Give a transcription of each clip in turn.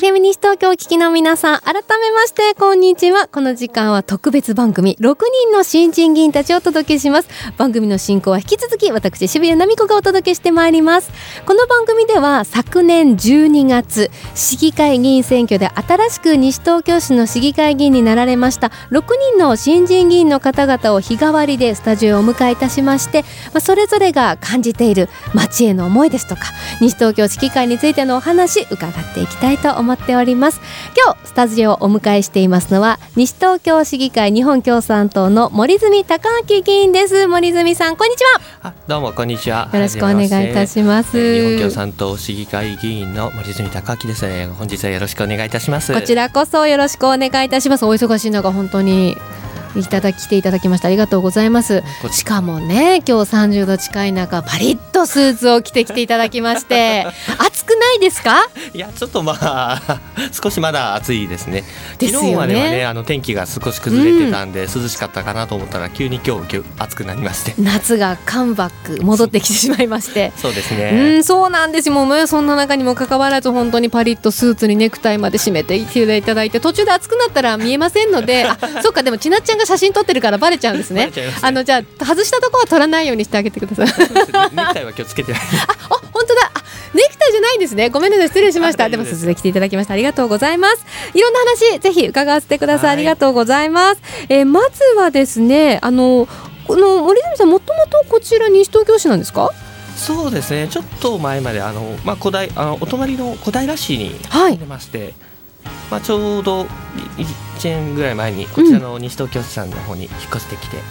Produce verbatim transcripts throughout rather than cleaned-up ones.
組西東京をお聞きの皆さん、改めましてこんにちは。この時間は特別番組ろくにんの新人議員たちをお届けします。番組の進行は引き続き私渋谷奈美子がお届けしてまいります。この番組では昨年じゅうにがつ市議会議員選挙で新しく西東京市の市議会議員になられましたろくにんの新人議員の方々を日替わりでスタジオへお迎えいたしまして、まあ、それぞれが感じている街への思いですとか西東京市議会についてのお話伺っていきたいと思っております。今日スタジオをお迎えしていますのは西東京市議会日本共産党の森住貴明議員です。森住さん、こんにちは。 あ、どうもこんにちは。 よろしくお願いいたします。 日本共産党市議会議員の森住貴明です。本日はよろしくお願いいたします。 こちらこそよろしくお願いいたします。お忙しい中本当にいただき来ていただきました。ありがとうございます。しかもね、今日さんじゅうど近い中パリッとスーツを着てきていただきまして暑くないですか？ いや、ちょっとまあ少しまだ暑いですね。 ですよね。 昨日まではね、あの天気が少し崩れてたんで、うん、涼しかったかなと思ったら急に今日暑くなりまして、夏がカムバック戻ってきてしまいましてそうですね。 うん、そうなんですよ。もうそんな中にもかかわらず本当にパリッとスーツにネクタイまで締めていていただいて、途中で暑くなったら見えませんのであ、そうか、でもちなっちゃんが写真撮ってるからバレちゃうんですね。あのじゃあ外したところは取らないようにしてあげてください。 そうですね、ネクタイは今日つけてない。 あ、あ、本当だ。あ、ネクタイじゃないんですね。ごめんなさい、失礼しました。でもスーツで来ていただきましたありがとうございます。いろんな話ぜひ伺わせてください。ありがとうございます。えー、まずはですね、あのこの森住さん、もともとこちら西東京市なんですか？ そうですね、ちょっと前まであの、まあ、小平あのお隣の小平市に住んでまして、はい、まあ、ちょうどいちねんぐらい前にこちらの西東京市さんの方に引っ越してきて、うん、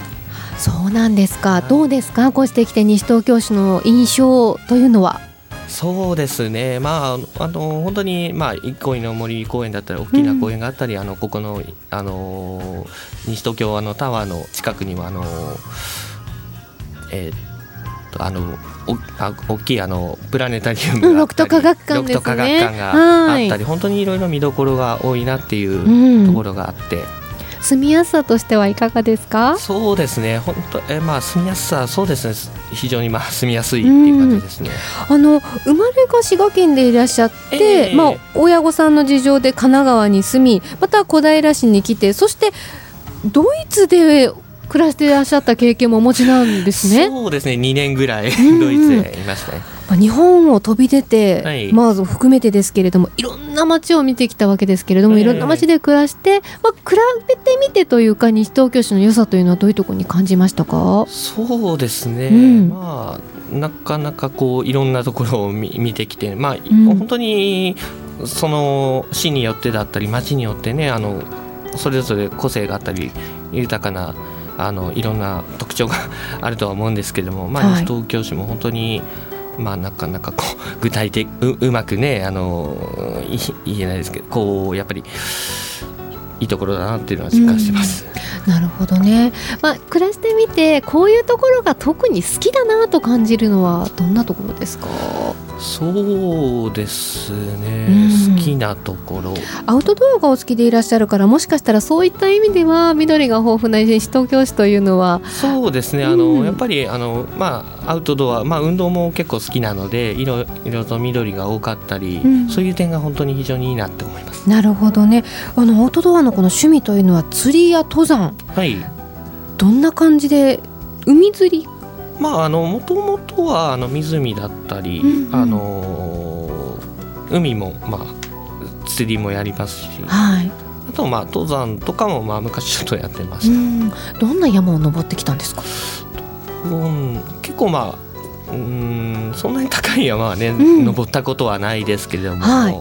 そうなんですか。どうですか、越してきて西東京市の印象というのは？ そうですね、まあ、あの本当に、まあ、憩いの森公園だったり大きな公園があったり、うん、あのここの、あの西東京あのタワーの近くにはあの、えー、とあのおあ大きいあのプラネタリウムがあったり、 六都科学館ですね、 六都科学館があったり、本当にいろいろ見どころが多いなっていうところがあって、うん、 住みやすさとしてはいかがですか？ そうですね、本当え、まあ、住みやすさ、そうですね、非常にまあ住みやすいっていう感じですね。 うん、あの生まれが滋賀県でいらっしゃって、えーまあ、親御さんの事情で神奈川に住み、また小平市に来て、そしてドイツで暮らしていらっしゃった経験もお持ちなんですね。 そうですね、にねんぐらいドイツでいましたね。 まあ、日本を飛び出て、はい、まあ、含めてですけれども、いろんな街を見てきたわけですけれども、いろんな街で暮らして、まあ、比べてみてというか西東京市の良さというのはどういうところに感じましたか？ そうですね、うん、まあ、なかなかこういろんなところを 見, 見てきて、まあ、うん、本当にその市によってだったり町によってね、あのそれぞれ個性があったり豊かなあのいろんな特徴があるとは思うんですけれども、まあ、西東京市も本当に、まあ、なかなかこう具体的 う, うまくね、あの言えないですけど、こうやっぱりいいところだなっていうのは実感してます。 うん、なるほどね。まあ、暮らしてみてこういうところが特に好きだなと感じるのはどんなところですか？ そうですね、うん、好きなところ、 アウトドアがお好きでいらっしゃるから、もしかしたらそういった意味では緑が豊富な西東京市というのは。 そうですね、あの、うん、やっぱりあの、まあ、アウトドア、まあ、運動も結構好きなので、いろいろと緑が多かったり、うん、そういう点が本当に非常にいいなって思います。 なるほどね。あのアウトドアのこの趣味というのは釣りや登山、 はい、 どんな感じで？海釣り、 まあ、あのもともとはあの湖だったり、うんうん、あの海も、まあ、釣りもやりますし、はい、あと、まあ、登山とかも、まあ、昔ちょっとやってました。うん、 どんな山を登ってきたんですか？ うん、結構、まあ、うん、そんなに高い山はね、うん、登ったことはないですけれども、はい、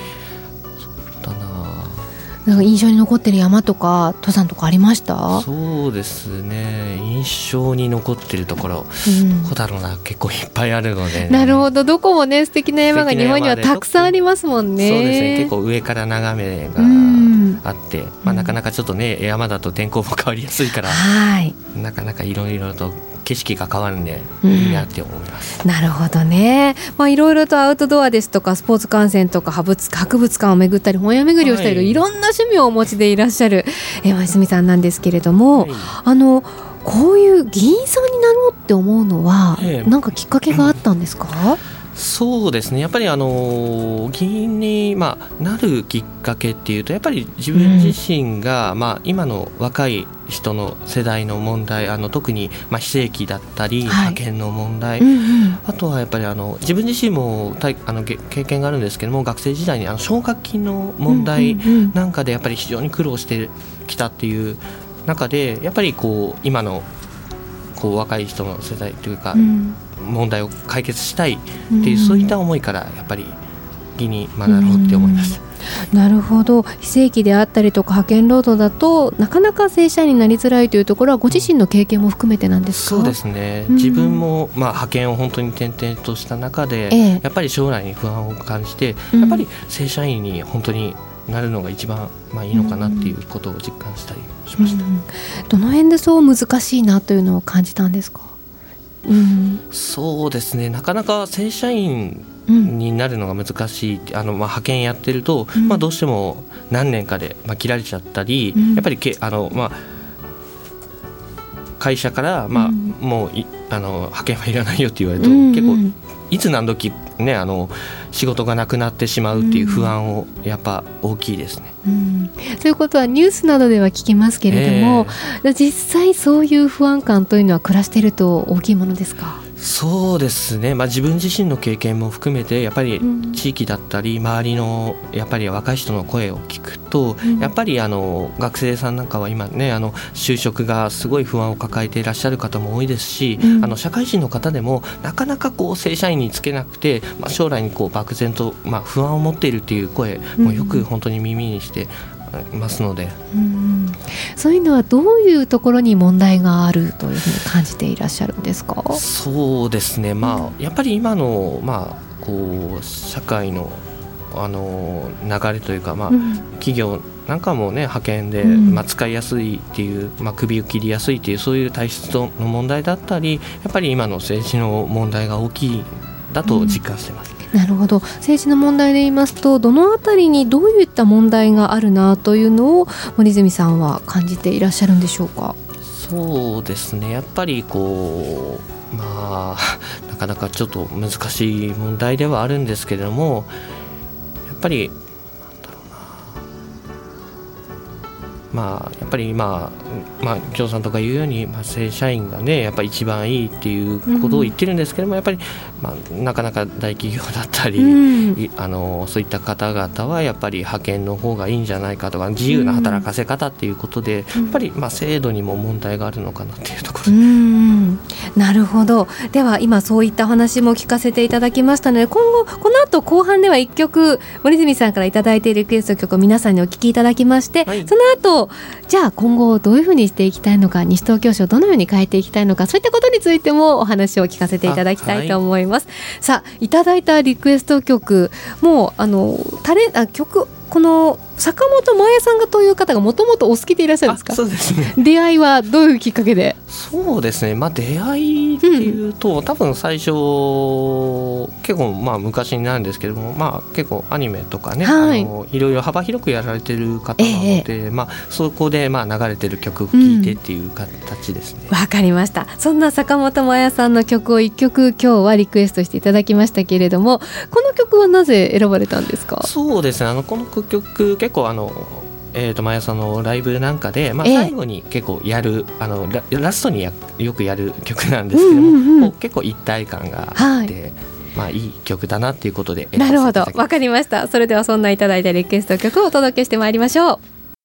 なんか印象に残ってる山とか登山とかありました？ そうですね、印象に残ってるところ、うん、小樽が結構いっぱいあるので、ね、 なるほど、どこもね素敵な山が日本にはたくさんありますもんね。 そうですね、結構上から眺めがあって、うん、まあ、なかなかちょっとね山だと天候も変わりやすいから、はい、なかなかいろいろと景色が変わるんで、うん、いいなって思います。 なるほどね。まあ、いろいろとアウトドアですとかスポーツ観戦とか博物博物館を巡ったり本屋巡りをしたり、はい、いろんな趣味をお持ちでいらっしゃる山住さんなんですけれども、はい、あのこういう議員さんになろうって思うのは、ええ、なんかきっかけがあったんですか？ うん、 そうですね、やっぱりあの議員に、まあ、なるきっかけっていうとやっぱり自分自身が、うんまあ、今の若い人の世代の問題、あの特に、まあ、非正規だったり、はい、派遣の問題、うんうん、あとはやっぱりあの自分自身もあの経験があるんですけども、学生時代にあの奨学金の問題なんかでやっぱり非常に苦労してきたっていう中で、やっぱりこう今のこう若い人の世代というか、うん問題を解決したいっていう、うん、そういった思いからやっぱり議に学ろうって思いました。 うん、なるほど。非正規であったりとか派遣労働だとなかなか正社員になりづらいというところはご自身の経験も含めてなんですか？ そうですね、うん、自分も、まあ、派遣を本当に転々とした中で、ええ、やっぱり将来に不安を感じて、うん、やっぱり正社員に本当になるのが一番、まあ、いいのかなっていうことを実感したりしました。うんうん、 どの辺でそう難しいなというのを感じたんですか？ うん、そうですね、なかなか正社員になるのが難しい、うん、あのまあ派遣やってると、うんまあ、どうしても何年かで、まあ、切られちゃったり、うん、やっぱりけあの、まあ、会社から、まあうん、もういあの派遣はいらないよって言われると、うんうん、結構いつ何時、ね、あの仕事がなくなってしまうっていう不安をやっぱ大きいですね。 うん、ということはニュースなどでは聞きますけれども、えー、実際そういう不安感というのは暮らしていると大きいものですか？ そうですね、まあ、自分自身の経験も含めてやっぱり地域だったり周りのやっぱり若い人の声を聞くと、うん、やっぱりあの学生さんなんかは今ねあの就職がすごい不安を抱えていらっしゃる方も多いですし、うん、あの社会人の方でもなかなかこう正社員につけなくて、まあ、将来にこう漠然と、まあ、不安を持っているという声もよく本当に耳にしてますので、 うん、そういうのはどういうところに問題があるというふうに感じていらっしゃるんですか？ そうですね、まあ、やっぱり今の、まあ、こう社会の、あの流れというか、まあうん、企業なんかも、ね、派遣で、うんまあ、使いやすいっていう、まあ、首を切りやすいっていうそういう体質の問題だったり、やっぱり今の政治の問題が大きいだと実感しています。 うん、なるほど。政治の問題で言いますとどのあたりにどういった問題があるなというのを森泉さんは感じていらっしゃるんでしょうか？ そうですね、やっぱりこう、まあ、なかなかちょっと難しい問題ではあるんですけれども、やっぱりまあ、やっぱり今、まあ、共産とかいうように、まあ、正社員がねやっぱり一番いいっていうことを言ってるんですけども、うん、やっぱり、まあ、なかなか大企業だったり、うん、あのそういった方々はやっぱり派遣の方がいいんじゃないかとか自由な働かせ方っていうことで、うん、やっぱり、まあ、制度にも問題があるのかなっていうところで、うん、 なるほど。では今そういった話も聞かせていただきましたので、今後この後後半ではいっきょく森泉さんからいただいているリクエスト曲を皆さんにお聴きいただきまして、はい、その後じゃあ今後どういうふうにしていきたいのか、西東京市をどのように変えていきたいのか、そういったことについてもお話を聞かせていただきたいと思います。はい、さあいただいたリクエスト曲もうあのタレあ曲この坂本真綾さんがという方がもともとお好きでいらっしゃるんですか？ そうですね。 出会いはどういうきっかけで？ そうですね、まあ、出会いっていうと、うん、多分最初結構まあ昔になるんですけども、まあ、結構アニメとかね、はい、あのいろいろ幅広くやられてる方なので、ええまあ、そこでまあ流れてる曲を聴いてっていう形ですね。 わ、うん、かりました。そんな坂本真綾さんの曲をいっきょく今日はリクエストしていただきましたけれども、この曲はなぜ選ばれたんですか？ そうですね、あのこの曲結構あのえー、と真綾さんのライブなんかで、まあ、最後に結構やる、えー、あの ラ, ラストにやよくやる曲なんですけども、うんうんうん、結構一体感があって、はいまあ、いい曲だなっていうことで選ばせていただきました。 なるほど、わかりました。それではそんないただいたリクエスト曲をお届けしてまいりましょう。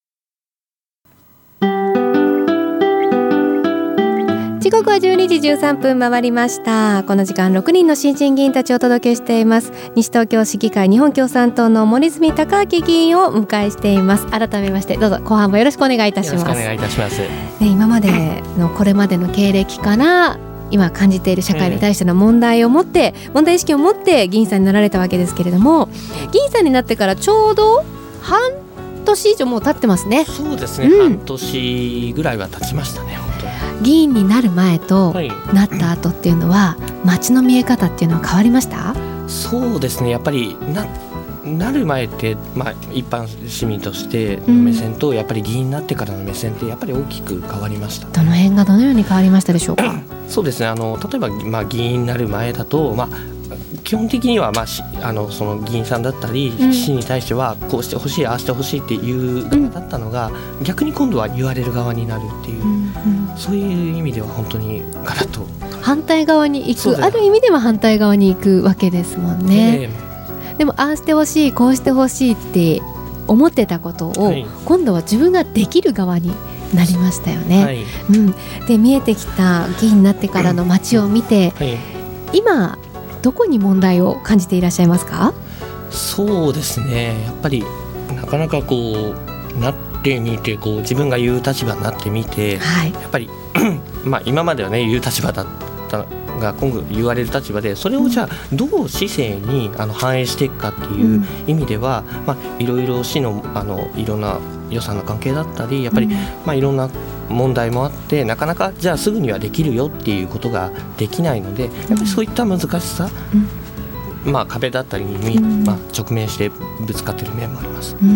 時刻はじゅうにじじゅうさんぷん回りました。この時間ろくにんの新人議員たちをお届けしています。西東京市議会日本共産党の森泉貴明議員をお迎えしています。改めましてどうぞ後半もよろしくお願いいたします。 よろしくお願いいたします、ね、 今までのこれまでの経歴から今感じている社会に対しての問題を持って、えー、問題意識を持って議員さんになられたわけですけれども、議員さんになってからちょうど半年以上もう経ってますね。 そうですね、うん、半年ぐらいは経ちましたね。本当に議員になる前となった後っていうのは、はい、街の見え方っていうのは変わりました？ そうですね、やっぱり な, なる前って、まあ、一般市民としての目線と、うん、やっぱり議員になってからの目線ってやっぱり大きく変わりました、ね、 どの辺がどのように変わりましたでしょうか？ そうですね、あの例えば、まあ、議員になる前だと、まあ、 基本的には、まあ、しあのその議員さんだったり、うん、市に対してはこうしてほしいああしてほしいっていう側だったのが、うん、逆に今度は言われる側になるっていう、うんうん、そういう意味では本当にガラッと反対側に行く、ある意味では反対側に行くわけですもんね、えー、でもああしてほしいこうしてほしいって思ってたことを、はい、今度は自分ができる側になりましたよね、はい、うん、で見えてきた議員になってからの街を見て、はい、今どこに問題を感じていらっしゃいますか？ そうですね、やっぱりなかなかこうなってみてこう自分が言う立場になってみて、はい、やっぱりまあ今まではね言う立場だったが今後言われる立場で、それをじゃあどう市政にあの反映していくかっていう意味では、うん、まあ、いろいろ市の、あのいろんな予算の関係だったりやっぱり、うん、まあ、いろんな問題もあってなかなかじゃあすぐにはできるよっていうことができないので、やっぱりそういった難しさ、うん、まあ、壁だったりに、まあ、直面してぶつかっている面もあります、うん、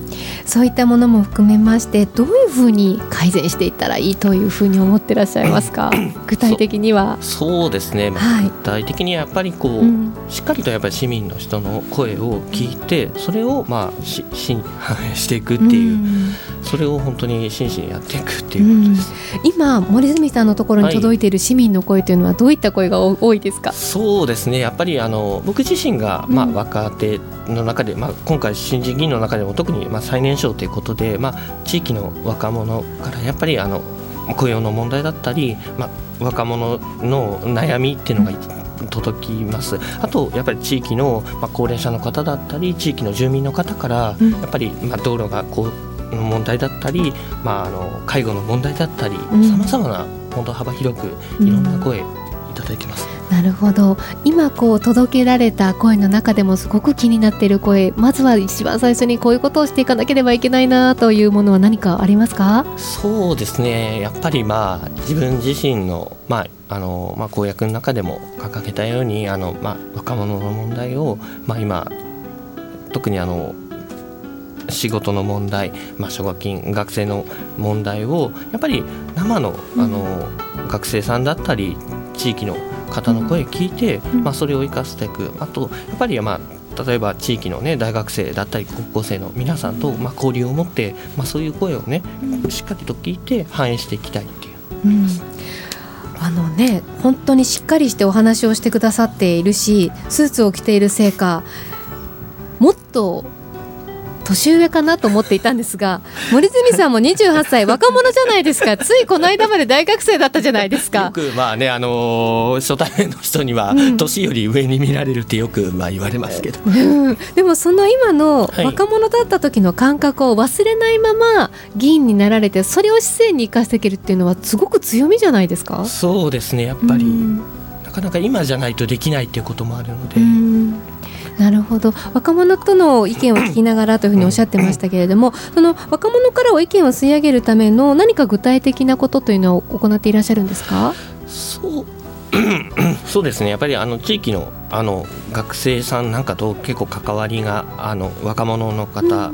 そういったものも含めましてどういうふうに改善していったらいいというふうに思ってらっしゃいますか？具体的には。 そ, そうですね、まあ、はい、具体的にやっぱりこう、うん、しっかりとやっぱり市民の人の声を聞いてそれをまあしししていくっていう、うん、それを本当に真摯にやっていくっていうことです、 うん、今森住さんのところに届いている市民の声というのはどういった声が多いですか？はい、 そうですね、やっぱりあの僕自身がまあ若手の中で、まあ、今回新人議員の中でも特にまあ最年少ということで、まあ、地域の若者からやっぱりあの雇用の問題だったり、まあ、若者の悩みっていうのが届きます。あとやっぱり地域のまあ高齢者の方だったり地域の住民の方からやっぱりまあ道路がこう問題だったり、まあ、あの介護の問題だったりさまざまな本当幅広くいろんな声いただいてます、 うん、なるほど。今こう届けられた声の中でもすごく気になっている声、まずは一番最初にこういうことをしていかなければいけないなというものは何かありますか？ そうですね、やっぱりまあ自分自身のまああのまあ、公約の中でも掲げたようにあの、まあ、若者の問題を、まあ、今特にあの仕事の問題、まあ、奨学金学生の問題をやっぱり生の、あの学生さんだったり地域の方の声を聞いて、まあ、それを生かしていく。あとやっぱり、まあ、例えば地域の、ね、大学生だったり高校生の皆さんと、まあ、交流を持って、まあ、そういう声を、ね、しっかりと聞いて反映していきたいっていう、うん、 あのね、本当にしっかりしてお話をしてくださっているしスーツを着ているせいかもっと年上かなと思っていたんですが森住さんもにじゅうはっさい若者じゃないですか。ついこの間まで大学生だったじゃないですか。 よくまあね、あのー、初対面の人には年より上に見られるってよくまあ言われますけど、 うん、でもその今の若者だった時の感覚を忘れないまま議員になられてそれを市政に生かしていけるっていうのはすごく強みじゃないですか？ そうですね、やっぱり、うん、なかなか今じゃないとできないっていうこともあるので、うん、 なるほど。若者との意見を聞きながらというふうにおっしゃってましたけれども、その若者からお意見を吸い上げるための何か具体的なことというのを行っていらっしゃるんですか？ そうそうですね、やっぱりあの地域 の, あの学生さんなんかと結構関わりがあの若者の方、うん、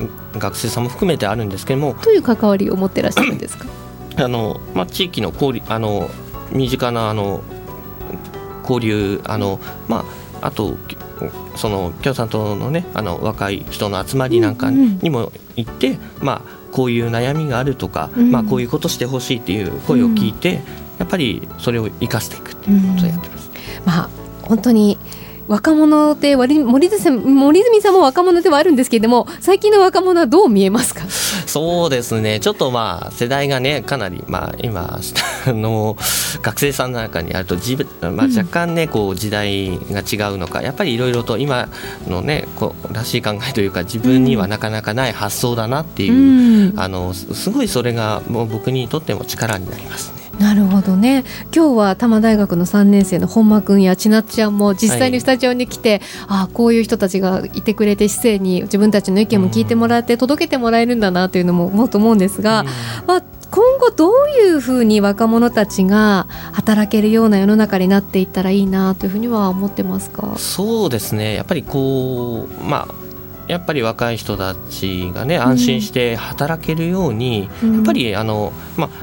学生さんも含めてあるんですけども。 どういう関わりを持ってらっしゃるんですか？ あの、まあ、地域の交流、あの身近なあの交流、あの、まあ、あとその共産党のね、あの若い人の集まりなんかにも行って、うんうん、まあ、こういう悩みがあるとか、うん、まあ、こういうことしてほしいっていう声を聞いて、うん、やっぱりそれを生かしていくっていうことをやってます、 うん、まあ、本当に若者で森住さん、森住さんも若者ではあるんですけれども、最近の若者はどう見えますか？ そうですね、ちょっとまあ世代がねかなり、まあ、今の学生さんの中にあると、まあ、若干ねこう時代が違うのか、やっぱりいろいろと今のねこうらしい考えというか自分にはなかなかない発想だなっていう、うん、あのすごいそれがもう僕にとっても力になりますね。 なるほどね。今日は多摩大学のさんねん生の本間くんや千夏ちゃんも実際にスタジオに来て、はい、あこういう人たちがいてくれて市政に自分たちの意見も聞いてもらって届けてもらえるんだなというのも思うと思うんですが、まあ、今後どういうふうに若者たちが働けるような世の中になっていったらいいなというふうには思ってますか？ そうですね、やっぱりこう、まあやっぱり若い人たちがね安心して働けるように、うん、やっぱりあの、まあ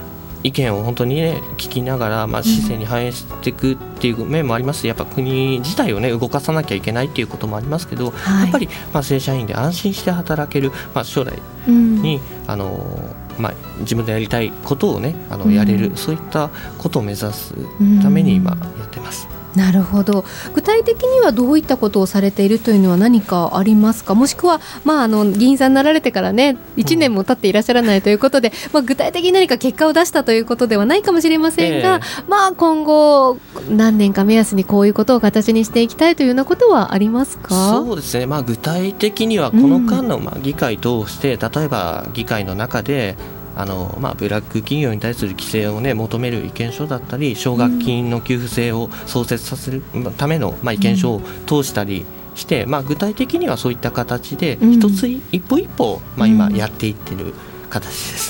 意見を本当にね聞きながら、まあ、市政に反映していくっていう面もありますし、やっぱ国自体をね動かさなきゃいけないっていうこともありますけど、はい、やっぱりまあ正社員で安心して働ける、まあ、将来に、うん、あのまあ、自分でやりたいことをねあのやれる、うん、そういったことを目指すために今やってます。 なるほど。具体的にはどういったことをされているというのは何かありますか？もしくは、まあ、あの議員さんになられてからねいちねんも経っていらっしゃらないということで、うんまあ、具体的に何か結果を出したということではないかもしれませんが、えーまあ、今後何年か目安にこういうことを形にしていきたいというようなことはありますか？ そうですね、まあ、具体的にはこの間の、まあ、議会通して、うん、例えば議会の中であのまあ、ブラック企業に対する規制を、ね、求める意見書だったり奨学金の給付制を創設させるための、まあ、意見書を通したりして、うんまあ、具体的にはそういった形で一つ一歩一歩、まあ、今やっていってる形です、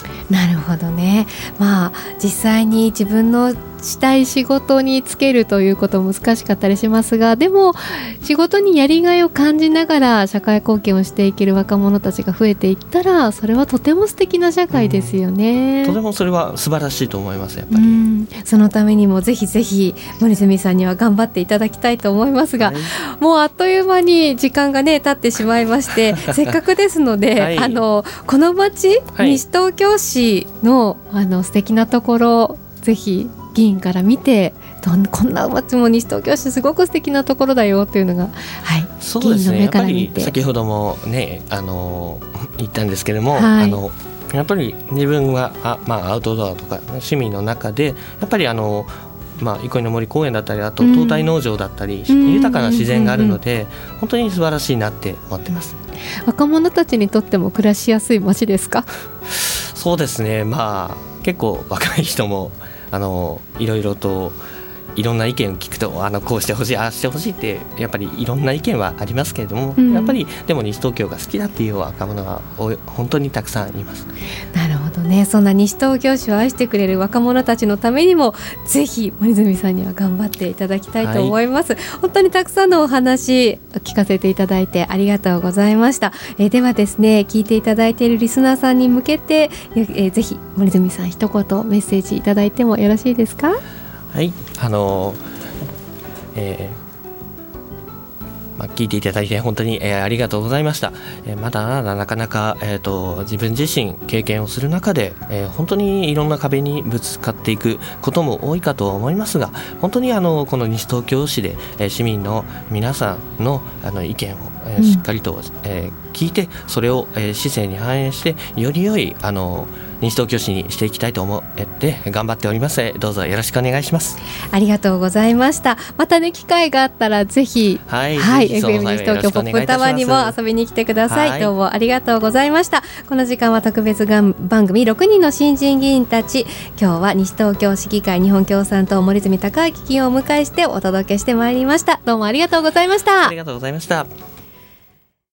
うん、なるほどね、まあ、実際に自分のしたい仕事に就けるということも難しかったりしますが、でも仕事にやりがいを感じながら社会貢献をしていける若者たちが増えていったらそれはとても素敵な社会ですよね、 うん、とてもそれは素晴らしいと思います。やっぱり、うん、 そのためにもぜひぜひ森住さんには頑張っていただきたいと思いますが、はい、もうあっという間に時間がね経ってしまいましてせっかくですので、はい、あのこの町、はい、西東京市の、あの素敵なところぜひ議員から見てどんこんな町も西東京市すごく素敵なところだよっていうのが、はい、 そうですね、議員の目から見てやっぱり先ほどもねあの言ったんですけども、はい、あのやっぱり自分はあ、まあ、アウトドアとか市民の中でやっぱりあのまあ、憩いの森公園だったりあと東大農場だったり、うん、豊かな自然があるので、うんうんうん、本当に素晴らしいなって思ってます。 若者たちにとっても暮らしやすい街ですか？ そうですね、まあ、結構若い人もあのいろいろといろんな意見を聞くとあのこうしてほしいああしてほしいってやっぱりいろんな意見はありますけれども、うん、やっぱりでも西東京が好きだっていう若者が本当にたくさんいます。 なるほどね。そんな西東京市を愛してくれる若者たちのためにもぜひ森住さんには頑張っていただきたいと思います、はい、本当にたくさんのお話聞かせていただいてありがとうございました。えー、ではですね聞いていただいているリスナーさんに向けて、えー、ぜひ森住さん一言メッセージいただいてもよろしいですか？ はい、あのえーまあ、聞いていただいて本当に、えー、ありがとうございました。えー、まだまだなかなか、えーと、自分自身経験をする中で、えー、本当にいろんな壁にぶつかっていくことも多いかと思いますが、本当にあのこの西東京市で、えー、市民の皆さんの、あの意見を、えー、しっかりと、うんえー、聞いてそれを、えー、市政に反映してより良いあの西東京市にしていきたいと思って頑張っております。どうぞよろしくお願いします。 ありがとうございました。またね機会があったらぜひ、はい、はい、エフエム 西東京ポップタワーにも遊びに来てください。はい、どうもありがとうございました。この時間は特別番組ろくにんの新人議員たち、今日は西東京市議会日本共産党森住孝明議員をお迎えしてお届けしてまいりました。どうもありがとうございました。 ありがとうございました。